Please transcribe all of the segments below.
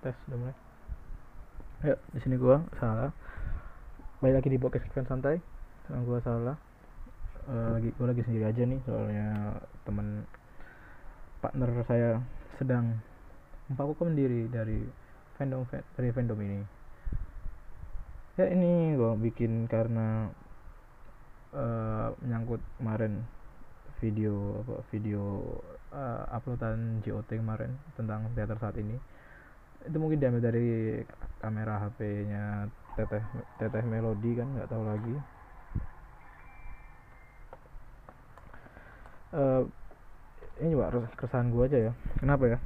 tes udah mulai. Ya, di sini gua salah. Balik lagi di podcast Fans Santai. Sekarang gua salah. Gua lagi sendiri aja nih soalnya teman partner saya sedang memvakuum diri dari fandom ini. Ya ini gua bikin karena menyangkut kemarin video uploadan JOT kemarin tentang teater saat ini. Itu mungkin diambil dari kamera HP-nya teteh Melody kan, nggak tahu lagi. Ini juga keresahan gue aja ya. Kenapa ya?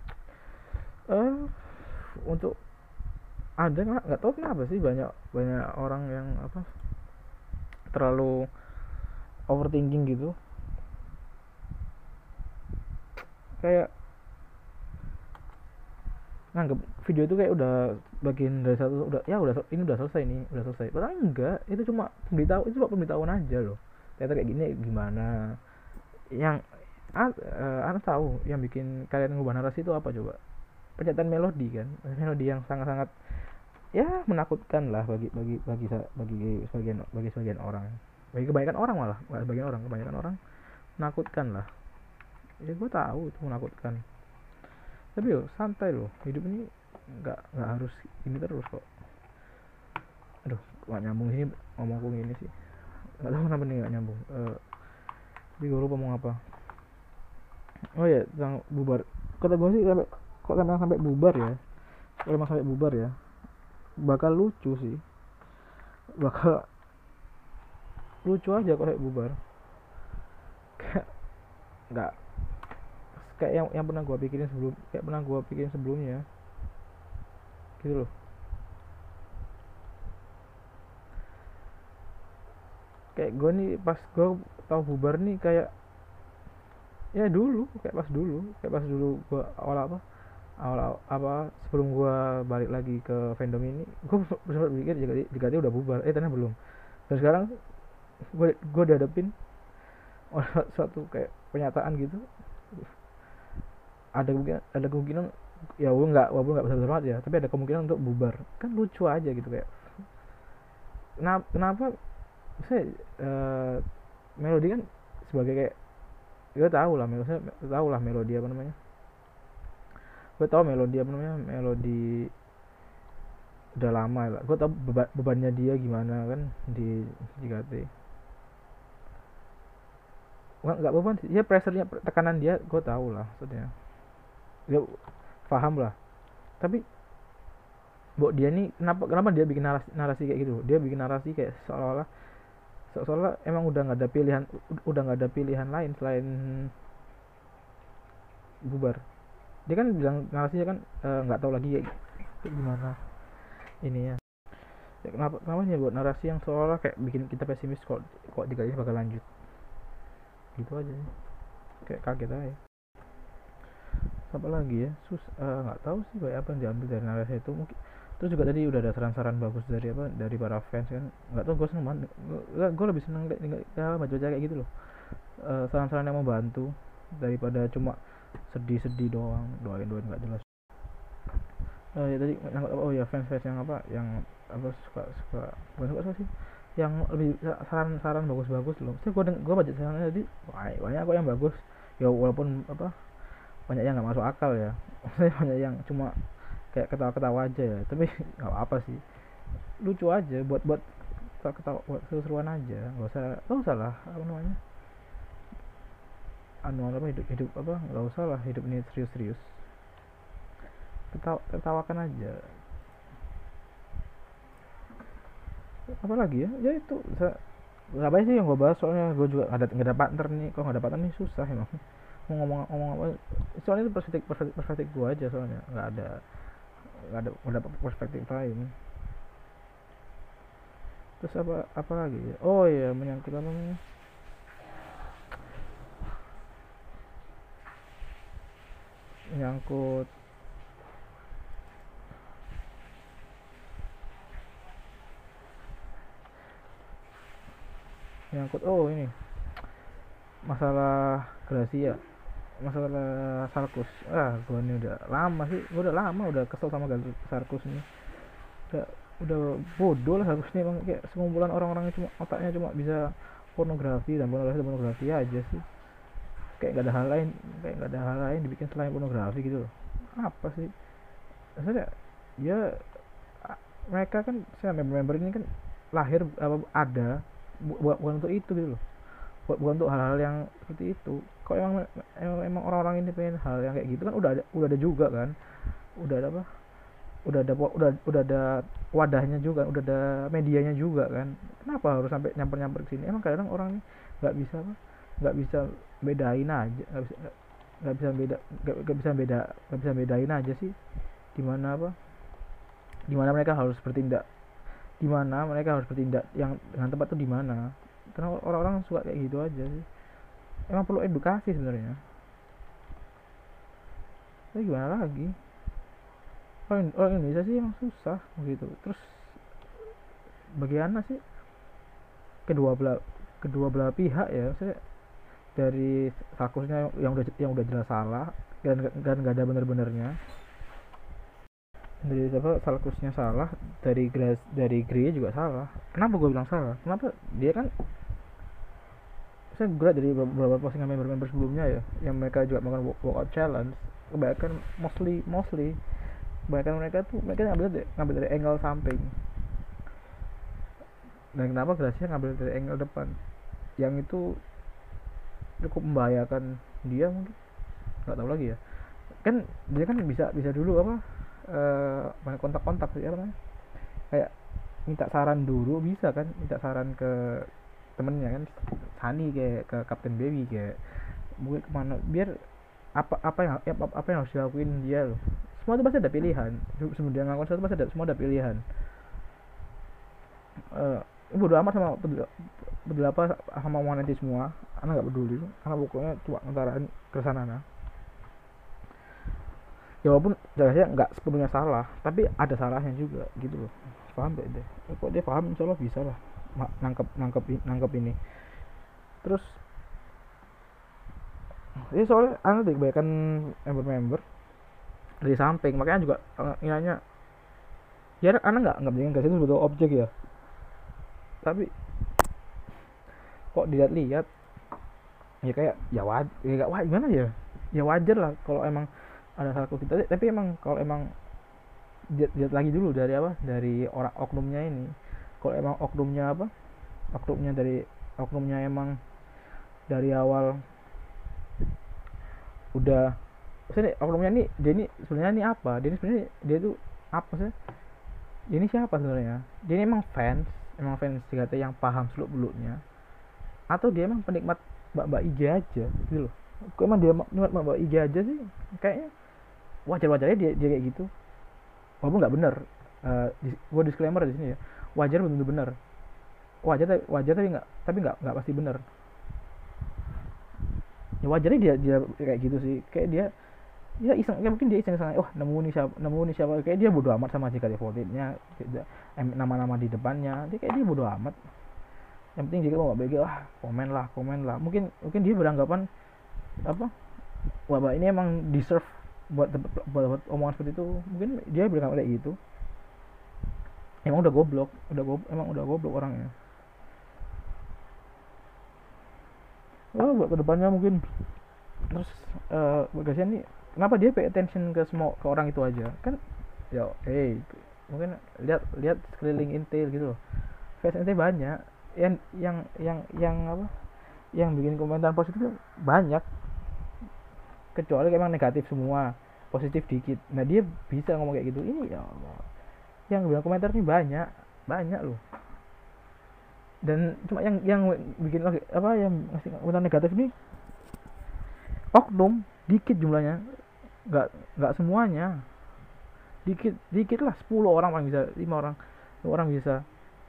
Untuk ada nggak tahu kenapa sih banyak orang yang terlalu overthinking gitu. Kayak nganggap video itu kayak udah bagian dari satu, ini udah selesai. Padahal enggak, itu cuma pemberitahuan aja loh. Ternyata kayak gini gimana? Yang Anda tahu yang bikin kalian ngubah narasi itu apa coba? Pernyataan Melody kan, Melody yang sangat-sangat ya menakutkan lah bagi sebagian orang, bagi kebanyakan orang, malah kebanyakan orang menakutkan lah. Ya gue tahu itu menakutkan, tapi yo santai loh, hidup ini nggak harus ini terus kok. Aduh, nggak nyambung sini ngomongku ini sih, nggak tahu kenapa nih nggak nyambung. Tapi gue lupa mau apa. Oh ya, tentang bubar. Kata gue sih sampai bubar ya. Kalau emang sampai bubar ya, bakal lucu sih. Bakal lucu aja kalau sampai bubar. Kayak nggak kayak yang pernah gue pikirin sebelumnya gitu loh. Kayak gue nih pas gue tahu bubar nih kayak ya dulu, kayak pas dulu gue awal sebelum gue balik lagi ke fandom ini, gue sempat pikir jika dia udah bubar, ternyata belum. Dan sekarang gue dihadapin oleh suatu kayak pernyataan gitu. Ada kemungkinan ya walaupun nggak besar banget ya, tapi ada kemungkinan untuk bubar. Kan lucu aja gitu, kayak kenapa saya Melody kan sebagai kayak gue tahu lah Melody Melody udah lama lah, gue tau bebannya dia gimana kan di JKT. Nggak beban sih ya, pressure-nya, tekanan dia gue tahu lah maksudnya, dia paham lah. Tapi dia nih kenapa dia bikin narasi kayak gitu, dia bikin narasi kayak seolah-olah emang udah nggak ada pilihan lain selain bubar. Dia kan bilang narasinya kan nggak tahu lagi kayak gimana ininya ya. Kenapa sih buat narasi yang seolah kayak bikin kita pesimis kok dikali bakal lanjut gitu aja sih. Kayak kaget aja. Apa lagi ya, nggak tahu sih kayak apa yang diambil dari narasi itu. Mungkin terus juga tadi udah ada saran-saran bagus dari para fans kan. Nggak tahu, gue seneng banget, gue lebih seneng baca kayak gitu loh. Saran-saran yang membantu daripada cuma sedih doang, doain nggak jelas. Ya tadi fans yang suka bukan suka sih, yang lebih saran bagus loh. Saya gue baca sarannya tadi banyak kok yang bagus ya, walaupun banyak yang nggak masuk akal ya. Saya banyak yang cuma kayak ketawa aja ya, tapi nggak apa sih, lucu aja buat ketawa, buat seru-seruan aja. Nggak usah lah hidup nggak usah lah hidup ini serius, tertawakan aja. Apa lagi ya itu nggak banyak sih yang gue bahas, soalnya gue juga nggak ada partner nih. Kalau nggak ada partner nih susah emang mau ngomong apa, soalnya itu perspektif gue aja, soalnya nggak ada perspektif lain. Terus apa lagi ya, oh iya, menyangkut menyangkut ini masalah Gracia. masalah Sarkus. Gua ini udah lama sih, gua udah lama udah kesel sama Sarkus ini. udah udah bodoh lah harusnya, emang kayak sekumpulan orang-orang yang cuma otaknya cuma bisa pornografi dan pornografi aja sih. Kayak nggak ada hal lain, kayak nggak ada hal lain dibikin selain pornografi gitu loh. Apa sih maksudnya ya, mereka kan saya member ini kan lahir apa ada bukan untuk itu gitu loh, bukan untuk hal-hal yang seperti itu. Kok emang orang-orang ini pengen hal yang kayak gitu kan udah ada juga kan, udah ada apa, udah ada wadahnya juga, udah ada medianya juga kan. Kenapa harus sampai nyamper ke sini? Emang kadang orang nih nggak bisa apa, nggak bisa bedain aja, nggak bisa beda nggak bisa bedain aja sih di mana apa, di mana mereka harus bertindak, di mana mereka harus bertindak yang dengan tepat tuh di mana. Karena orang-orang suka kayak gitu aja sih. Emang perlu edukasi sebenarnya, tapi gimana lagi, orang Indonesia sih emang susah gitu. Terus bagaimana sih kedua belah pihak ya, saya dari Sarkusnya yang udah jelas salah dan nggak ada bener-benernya, dari siapa Sarkusnya salah, dari Grey juga salah. Kenapa gue bilang salah? Kenapa dia kan, saya gerak dari beberapa postingan member sebelumnya ya, yang mereka juga melakukan workout challenge. Kebanyakan mostly kebanyakan mereka ngambil dari angle samping, dan kenapa Gracia ngambil dari angle depan, yang itu cukup membahayakan dia mungkin, nggak tahu lagi ya. Kan dia kan bisa dulu apa, banyak kontak ya namanya, kayak minta saran dulu bisa kan, minta saran ke temennya kan, Sunny kayak ke Captain Baby, kayak mungkin kemana, biar apa yang harus dilakuin dia loh. Semua itu pasti ada pilihan, sebelum dia ngelakuin sesuatu pasti semua ada pilihan. Bodo amat sama peduli apa sama omongan nanti semua, anak nggak peduli, karena pokoknya cuma ngetaraan keresahan anak. Ya walaupun jelasnya nggak sepenuhnya salah, tapi ada salahnya juga gitu loh. Paham gak deh? Kok dia paham, insyaallah bisa lah nangkep ini. Terus ini soalnya anak deh kebanyakan member dari samping, makanya juga ingatnya ya, anak nggak bilang ke situ sebagai objek ya, tapi kok dilihat-lihat ya kayak ya gimana ya wajar lah kalau emang ada salah kita. Tapi emang kalau emang lihat lagi dulu dari apa, dari orang oknumnya ini. Kalau emang oknumnya emang dari awal udah, maksudnya oknumnya nih, dia ini sebenarnya nih apa, dia tuh apa sih, dia ini siapa sebenarnya? Dia ini emang fans JKT yang paham seluk beluknya, atau dia emang penikmat mbak IG aja gitu loh. Kok emang dia penikmat mbak IG aja sih? Kayaknya wajar-wajarnya dia kayak gitu, walaupun nggak bener. Gue disclaimer di sini ya, wajar belum tentu bener, wajar tapi nggak pasti bener. Ya wajarnya dia kayak gitu sih, kayak dia ya iseng, kayak mungkin dia iseng nemu nih siapa, kayak dia bodo amat sama JKT48-nya, nama-nama di depannya, dia kayak dia bodo amat. Yang penting jika mau BG komen lah. Mungkin dia beranggapan apa, wah ini emang deserve buat omongan seperti itu. Mungkin dia beranggapan kayak gitu. Emang udah goblok orangnya. Buat kedepannya mungkin. Terus bagasian nih, kenapa dia pay attention ke orang itu aja kan? Ya mungkin lihat sekeliling Intel gitu loh. Fans Intel banyak yang apa, yang bikin komentar positif banyak, kecuali emang negatif semua, positif dikit. Nah dia bisa ngomong kayak gitu, ini ya Allah, yang bilang komentar ini banyak loh. Dan cuma yang bikin apa, yang ngasih komentar negatif ini oknum, dikit jumlahnya, nggak semuanya, dikit lah, 10 orang paling bisa, 5 orang bisa.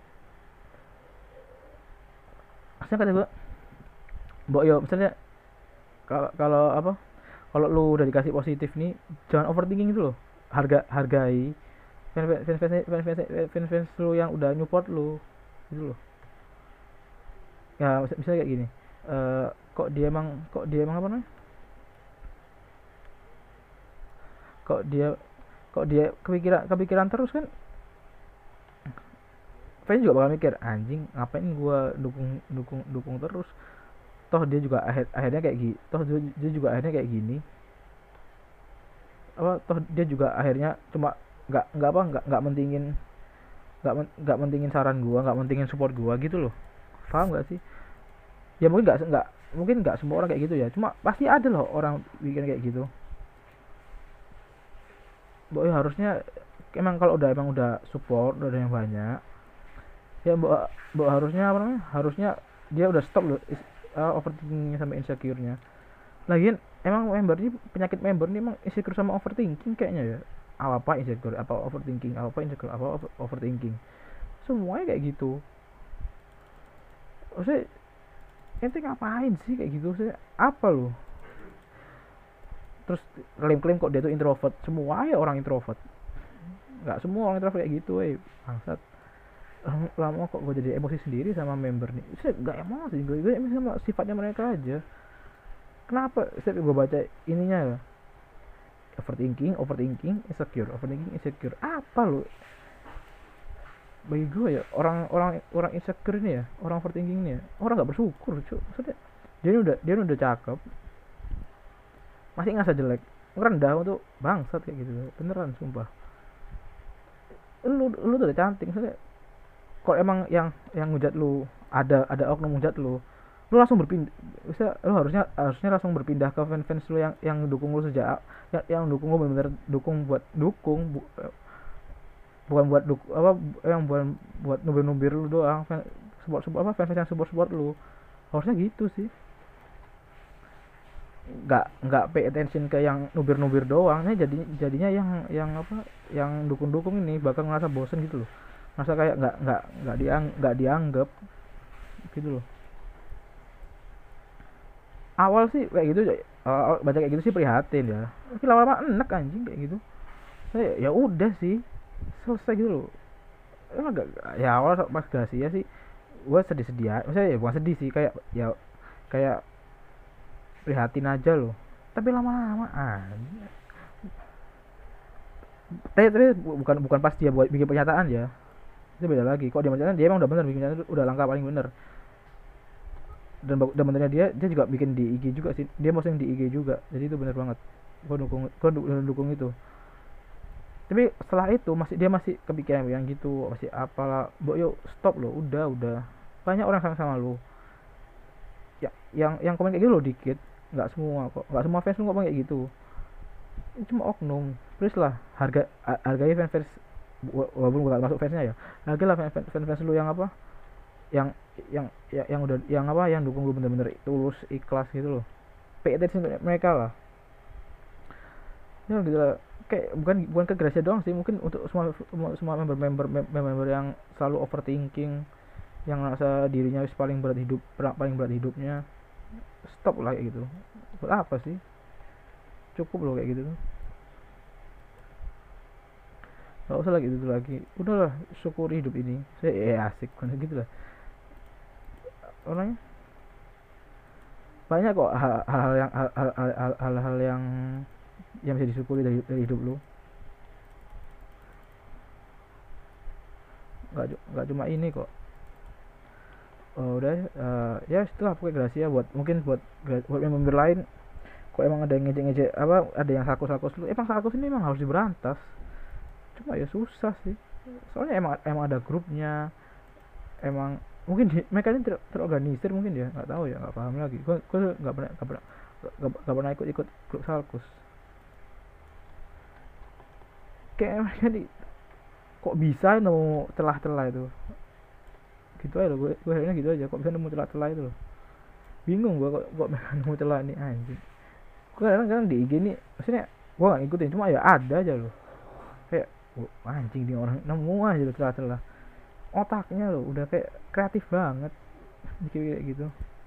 Maksudnya kata gue, mbok yo misalnya kalau apa, kalau lu udah dikasih positif nih, jangan overthinking itu loh. Hargai fans lu yang udah support lu gitu loh. Ya misalnya kayak gini, kok dia emang apa namanya, kok dia kepikiran kepikiran terus kan, fans juga bakal mikir anjing ngapain gua dukung dukung dukung terus, toh dia juga akhirnya kayak gini, toh dia juga akhirnya kayak gini, apa toh dia juga akhirnya cuma nggak apa nggak mentingin, nggak mentingin saran gua, nggak mentingin support gua gitu loh. Paham nggak sih? Ya mungkin nggak mungkin nggak semua orang kayak gitu ya, cuma pasti ada loh orang bikin kayak gitu. Boy harusnya emang kalau emang udah support udah ada yang banyak, ya mbak harusnya apa namanya, harusnya dia udah stop loh overthinkingnya sama insecure-nya. Lagian emang member ini, penyakit member ini emang insecure sama overthinking kayaknya ya. Apa insecure, apa overthinking, apa insecure, apa overthinking, semuanya kayak gitu. Maksudnya ente ngapain sih kayak gitu sih, apa loh? Terus klaim-klaim kok dia tuh introvert, semua ya orang introvert, nggak semua orang introvert kayak gitu, bangsat. Lama kok gue jadi emosi sendiri sama member nih, saya nggak emosi, gue emosi sama sifatnya mereka aja. Kenapa setiap gue baca ininya, overthinking overthinking insecure, overthinking insecure, apa lo? Bagi gue ya orang insecure ini ya, orang overthinking ini ya, orang nggak bersyukur cuy. Maksudnya dia udah cakep masih ngerasa jelek, rendah untuk bangsat kayak gitu beneran sumpah. Lu tuh udah cantik, maksudnya kalau emang yang ngujat lu, ada oknum ngujat lu langsung berpindah, bisa lu harusnya harusnya langsung berpindah ke fans lu yang dukung lu sejak, yang dukung lu benar-benar dukung buat dukung, bukan buat apa, yang buat nubir-nubir lu doang, support support apa, fans yang support support lu, harusnya gitu sih. Nggak pay attention ke yang nubir-nubir doang, nih jadinya yang apa, yang dukung-dukung ini bakal ngerasa bosen gitu loh, ngerasa kayak nggak dianggap gitu loh. Awal sih kayak gitu, baca kayak gitu sih prihatin ya, tapi lama-lama enak anjing kayak gitu. Saya ya udah sih selesai gitu loh. Emang gak, ya awal pas Gracia sih gue sedih-sedih aja, maksudnya ya bukan sedih sih, kayak ya kayak prihatin aja loh. Tapi lama-lama tapi bukan bukan pas dia buat bikin pernyataan ya, itu beda lagi. Kok dia pernyataan, dia emang udah bener bikin pernyataan, udah langkah paling bener. Dan benernya dia juga bikin di IG juga sih, dia posting di IG juga, jadi itu bener banget. Gue dukung itu. Tapi setelah itu masih kepikiran yang gitu, masih apalah, yuk stop lo, udah banyak orang sama lo ya, yang komen kayak gitu lo dikit, nggak semua kok, nggak semua fans lo ngomong kayak gitu. Ini cuma oknum. Please lah, hargai fans walaupun gak masuk fansnya ya, hargailah fans lu yang apa, yang yang udah yang apa, yang dukung lu bener-bener tulus ikhlas gitu loh. Pay attention mereka lah ya gitu lah. Kayak bukan ke Gracia doang sih, mungkin untuk semua member yang selalu overthinking, yang merasa dirinya paling berat hidupnya, stop lah kayak gitu. Buat apa sih? Cukup loh kayak gitu tuh, nggak usah lagi itu lagi, udahlah syukuri hidup ini. Saya asik kan gitu lah orangnya. Banyak kok hal-hal yang bisa disyukuri dari hidup lu. Nggak cuma ini kok. Udah ya setelah pakai Gracia, buat mungkin buat member lain, kok emang ada yang ngejek apa, ada yang sakus lu, emang sakus ini emang harus diberantas, cuma ya susah sih. Soalnya emang ada grupnya, emang mungkin mereka ini terorganisir mungkin ya, nggak tahu ya, nggak paham lagi. Gue nggak pernah ikut grup Salkus. Kayak mereka nih kok bisa nemu celah-celah itu gitu aja loh. Gue akhirnya gitu aja, kok bisa nemu celah-celah itu loh. Bingung gue kok nemu celah nih anjing. Gue kadang-kadang di IG nih, maksudnya gue nggak ngikutin, cuma ya ada aja loh, kayak anjing nih orang nemu aja loh celah-celah. Otaknya loh udah kayak kreatif banget bikin kayak gitu.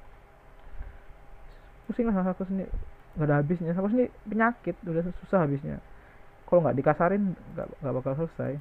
Pusing lah sama Sakus ini, nggak ada habisnya. Sakus ini penyakit, udah susah habisnya. Kalau nggak dikasarin nggak bakal selesai.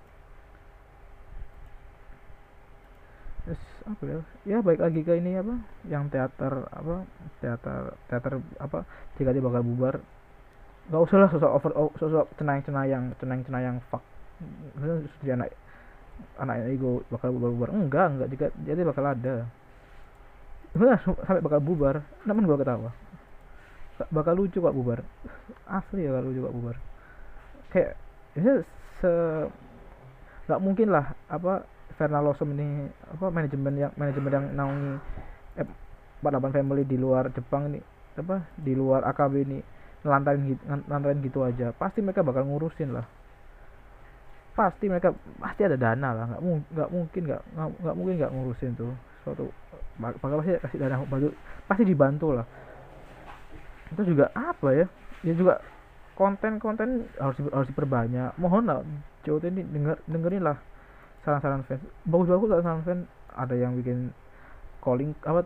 Terus apa ya baik lagi ke ini apa, yang teater apa, teater apa, jika dia bakal bubar. Gak usah lah sosok sosok cenayang fuck. Dia anak ego bakal bubar, enggak jika jadi bakal ada. Bener, sampai bakal bubar, namun gua ketawa. Bakal lucu kok bubar, asli ya, bakal lucu kok bubar. Kayak ya, se nggak mungkin lah apa Fernal Lawson ini apa manajemen yang naungi 48 family di luar Jepang ini, apa di luar AKB ini lantarin gitu aja, pasti mereka bakal ngurusin lah, pasti mereka pasti ada dana lah, nggak mungkin nggak ngurusin tuh suatu, bakal pasti kasih dana bantu, pasti dibantu lah. Itu juga apa ya, dia juga konten-konten harus diperbanyak, mohon lah COT ini dengerin lah saran-saran fans, bagus-bagus lah saran fans. Ada yang bikin calling apa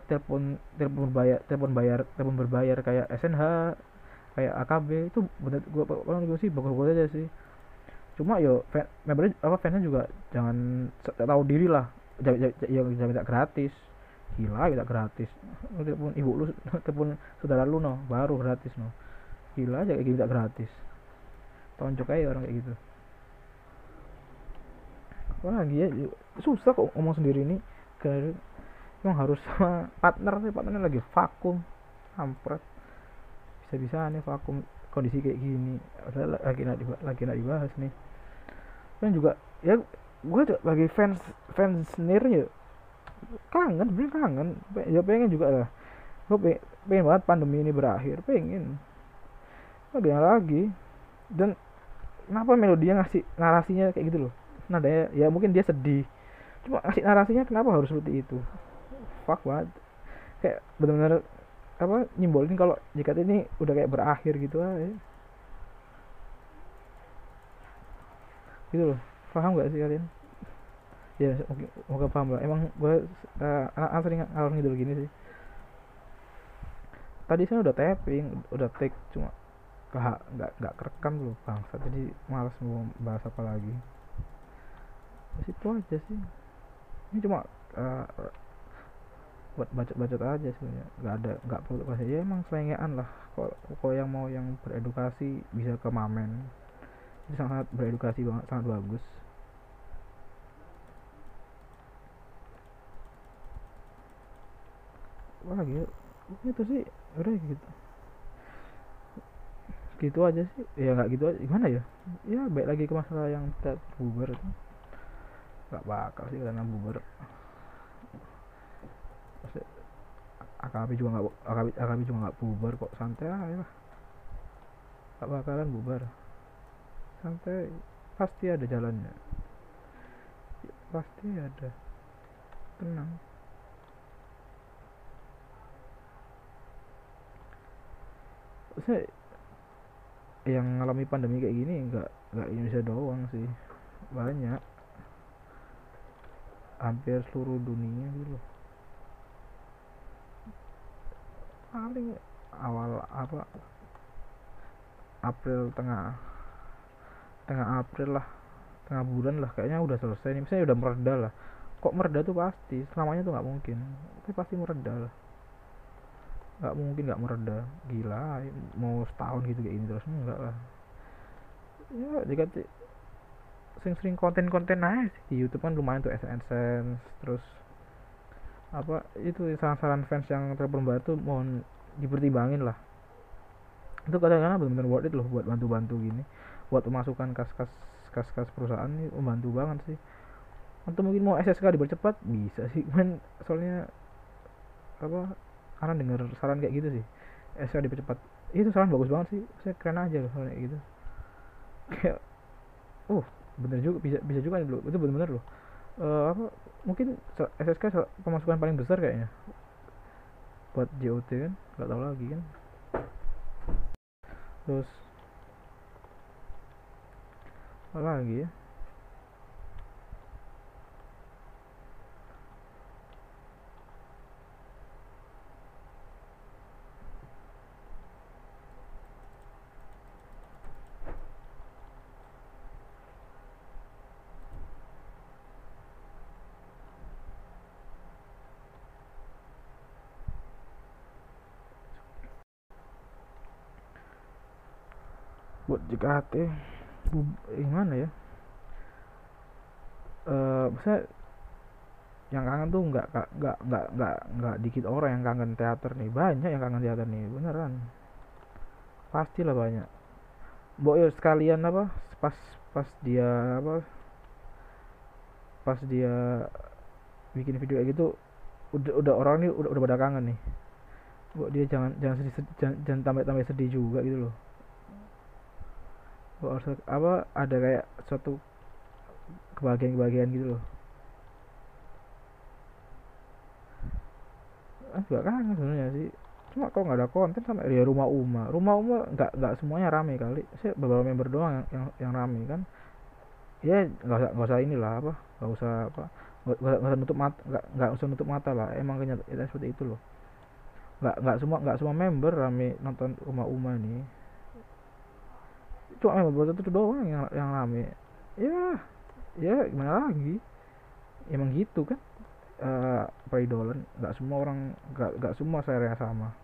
telepon berbayar kayak SNH, kayak AKB, itu bener gue sih bagus-bagus aja sih. Cuma yo member apa fansnya juga jangan tahu diri lah, jangan minta gratis, gila minta gratis, telepon ibu lu telepon saudara lu no baru gratis no, gila aja kayak minta gratis, tonjok aja orang kayak gitu. Wah lagi ya, susah kok ngomong sendiri ini, kayak emang harus sama partner sih, partnernya lagi vakum, kampret, bisa-bisa nih vakum kondisi kayak gini, lagi nak dibahas nih. Kan juga ya gue bagi fans sendiri ya kangen, bener kangen ya, pengen juga lah, gue pengen banget pandemi ini berakhir, pengen lagi. Dan kenapa melodinya ngasih narasinya kayak gitu loh, nadanya ya mungkin dia sedih, cuma ngasih narasinya kenapa harus seperti itu, fuck banget. Kayak benar-benar apa nyimbolin kalau JKT ini udah kayak berakhir gitu aja gitu loh. Paham gak sih kalian? Ya mungkin moga paham lah, emang gue anak sering ngalor ngidul gini sih. Tadi saya udah tapping, udah take, cuma nggak kerekam dulu bangsa, jadi malas mau bahas apa lagi. Terus itu aja sih, ini cuma uh, buat bacot-bacot aja sebenarnya, nggak perlu kasih ya, emang selengean lah. Kalau yang mau yang beredukasi bisa ke Mamen, itu sangat beredukasi banget, sangat bagus. Apa lagi ya, itu sih udah gitu, gitu aja sih ya, nggak gitu aja gimana ya. Ya baik lagi ke masalah yang kita bubar itu, nggak bakal sih karena bubar. Maksudnya, AKB juga nggak bubar kok, santai aja lah, nggak bakalan bubar, santai, pasti ada jalannya, pasti ada, tenang. Saya yang ngalami pandemi kayak gini nggak Indonesia doang sih, banyak, hampir seluruh dunia gitu. Paling awal apa April, tengah tengah April lah, tengah bulan lah kayaknya udah selesai nih, misalnya udah mereda lah. Kok mereda tuh pasti, selamanya tuh nggak mungkin, tapi pasti mereda lah, nggak mungkin nggak mereda, gila mau setahun gitu kayak gini terus, enggak lah. Ya jika sering-sering konten-konten aja sih di YouTube kan lumayan tuh, SNSense, terus apa itu saran-saran fans yang telepon batu, mohon dipertimbangin lah. Itu kadang-kadang benar-benar worth it loh buat bantu-bantu gini, buat memasukkan kas-kas perusahaan ini, membantu banget sih. Atau mungkin mau SSK dipercepat bisa sih men, soalnya apa, karena denger saran kayak gitu sih, SSK dipercepat, itu saran bagus banget sih, saya keren aja loh soalnya kayak gitu. Kayak uh bener juga, bisa juga nih loh, itu bener-bener loh. Apa mungkin SSK pemasukan paling besar kayaknya buat JOT kan, nggak tahu lagi kan. Terus apa lagi ya, buat JKT gimana ya, saya yang kangen tuh nggak dikit orang yang kangen teater nih, banyak yang kangen teater nih beneran, pastilah banyak. Mbok ya sekalian apa, pas pas dia apa pas dia bikin video kayak gitu, udah orang nih udah pada kangen nih. Mbok dia jangan sedih, jangan tambah sedih juga gitu loh. Mbok harus apa, ada kayak suatu kebahagiaan gitu loh. Juga kangen sebenarnya sih, cuma kalau nggak ada konten sama ya rumah nggak semuanya rame kali, saya beberapa member doang yang rame kan. Ya nggak usah inilah apa, nggak usah apa, nggak usah nutup mata, nggak usah nutup mata lah, emang kenyataan seperti itu loh. Nggak semua member rame nonton rumah Uma ini, cuma member itu doang yang rame. Ya, ya gimana lagi, emang gitu kan. Peridolan nggak semua orang, nggak semua saya sama,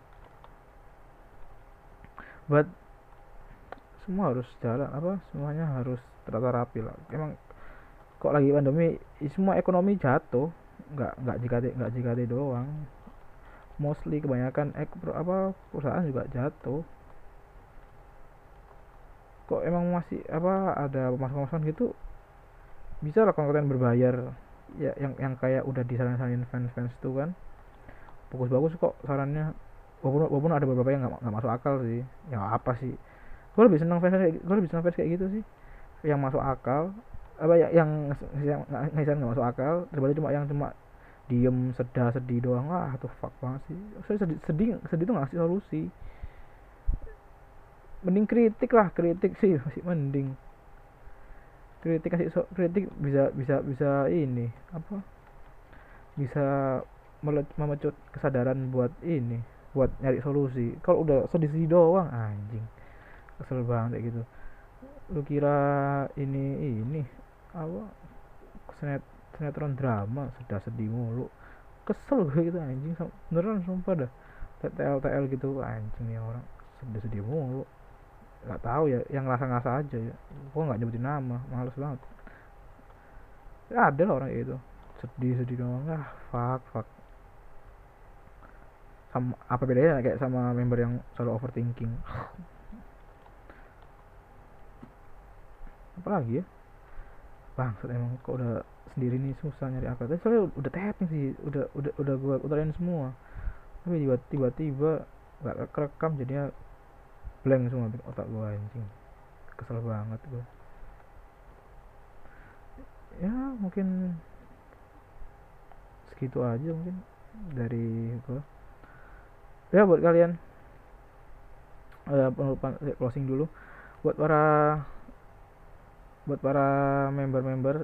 buat semua harus jalan apa, semuanya harus tertata rapi lah. Emang kok lagi pandemi semua ekonomi jatuh, nggak JKT doang, mostly kebanyakan apa perusahaan juga jatuh. Kok emang masih apa ada pemasukan gitu, bisa lah konten berbayar ya, yang kayak udah disaran-saranin fans tuh kan, bagus-bagus kok sarannya, walaupun ada beberapa yang nggak masuk akal sih. Ya apa sih, gue lebih senang fans kayak gitu sih, yang masuk akal, apa ya, yang nggak masuk akal daripada cuma diem sedih doang. Wah tuh fuck banget sih, saya sedih tuh ngasih solusi. Mending kritik lah, kritik sih masih mending. Kritik bisa ini apa, bisa memecut kesadaran buat ini, buat nyari solusi. Kalau udah sedih doang anjing, kesel banget kayak gitu. Lu kira ini apa, sinetron drama sedih mulu, kesel gue gitu anjing, beneran sumpah dah. TL gitu anjing nih orang, sedih mulu. Nggak tahu ya, yang ngerasa aja ya, gua nggak nyebutin nama, males banget. Ya, ada lah orang kayak gitu, sedih doang. Fuck. Sama apa bedanya kayak sama member yang selalu overthinking. Apalagi ya, bangsat emang, kok udah sendiri nih susah nyari akal. Tapi soalnya udah tapping sih, udah gue utarain semua, tapi tiba-tiba nggak kerekam, jadinya blank semua otak gue anjing. Kesel banget gue. Ya mungkin segitu aja mungkin dari gue ya. Buat kalian, penutupan closing dulu, buat para member-member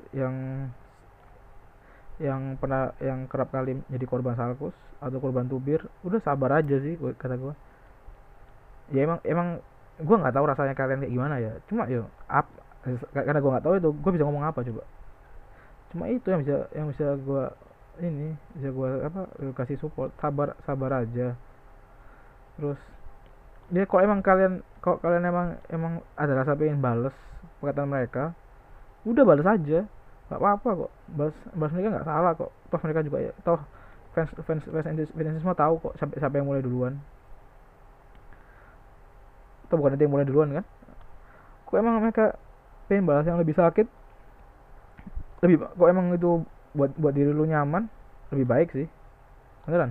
yang kerap kali jadi korban salkus atau korban tubir, udah sabar aja sih kata gue. Ya emang gue nggak tahu rasanya kalian kayak gimana ya, cuma yo karena gue nggak tahu itu, gue bisa ngomong apa coba. Cuma itu yang bisa gue ini, bisa gue apa, kasih support, sabar aja. Terus ya kalau kalian emang ada rasa pengen bales perkataan mereka, udah balas aja, nggak apa-apa kok. Balas mereka nggak salah kok, toh mereka juga ya, toh fans semua tahu kok siapa yang mulai duluan. Atau bukan nanti yang mulai duluan kan. Kok emang mereka pengen balas yang lebih sakit, kok emang itu buat diri lu nyaman, lebih baik sih beneran.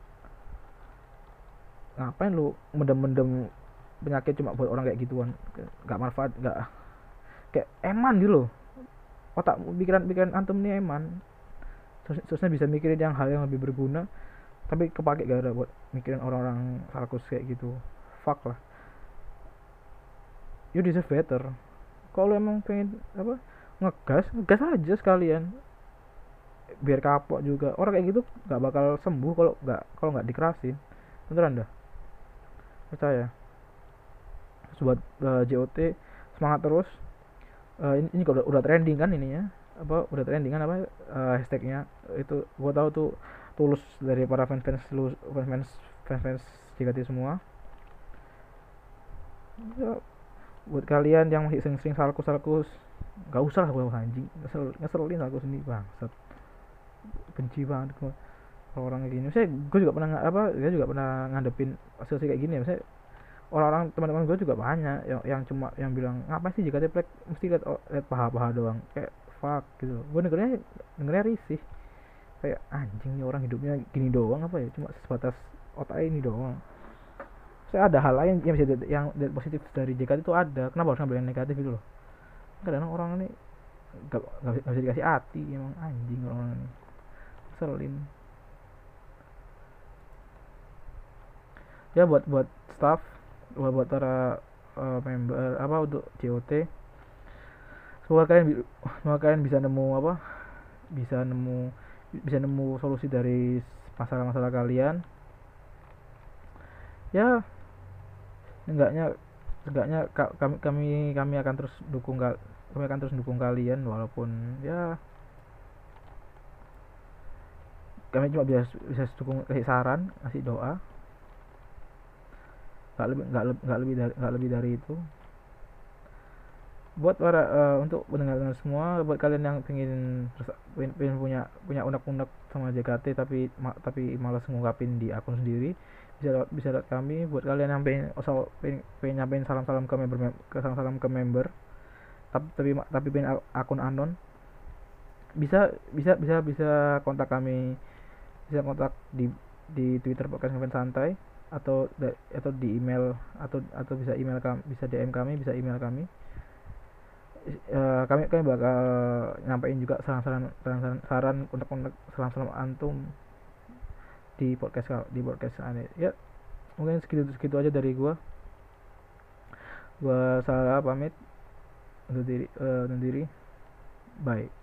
Ngapain lu mendem penyakit cuma buat orang kayak gituan, nggak manfaat, nggak kayak eman gitu loh. Otak pikiran antum nih eman, terusnya bisa mikirin hal yang lebih berguna, tapi kepake gak ada buat mikirin orang-orang salkus kayak gitu. Fuck lah, you deserve better. Kalau emang pengen apa, ngegas aja sekalian, biar kapok juga. Orang kayak gitu nggak bakal sembuh kalau nggak dikerasin, beneran dah, percaya. Terus buat JOT, semangat terus. Ini kalau udah trending kan ininya, apa udah trending kan apa, hashtagnya itu. Gue tahu tuh tulus dari para fans JKT semua. Ya, Buat kalian yang masih sering-sering salkus gak usah lah gue anjing, ngeselin salkus ini bangsat, benci banget gue orang kayak gini. Saya gue juga pernah gue juga pernah ngadepin situasi kayak gini ya. Saya orang-orang teman-teman gue juga banyak yang cuma yang bilang ngapain sih jika teplek mesti lihat paha-paha doang, kayak fuck gitu. Gue dengernya risih, kayak anjing nih orang hidupnya gini doang apa ya, cuma sebatas otak ini doang. Saya ada hal lain yang bisa yang positif dari JKT itu ada, kenapa harus ngambil yang negatif gitu loh. Kadang orang ini gak bisa dikasih hati, emang anjing orang ini selin. Ya buat staff, buat para member apa untuk JOT, semoga kalian bisa nemu bisa nemu bisa nemu solusi dari masalah-masalah kalian ya. enggaknya enggaknya kami akan terus dukung kalian, walaupun ya kami cuma bisa dukung, kasih saran, kasih doa, nggak lebih dari itu. Buat para untuk pendengar semua, buat kalian yang pengen punya unek-unek sama JKT tapi malas ngungkapin di akun sendiri, bisa lihat kami. Buat kalian yang pengen nyampein salam-salam ke member tapi pengen akun anon, bisa kontak kami, bisa kontak di Twitter podcast Ngefans Santai, atau di email, atau bisa email kami, bisa DM kami, bisa email kami. Kami bakal nyampein juga saran untuk saran antum di podcast ini ya. Mungkin segitu aja dari gua salah pamit undur diri. Bye.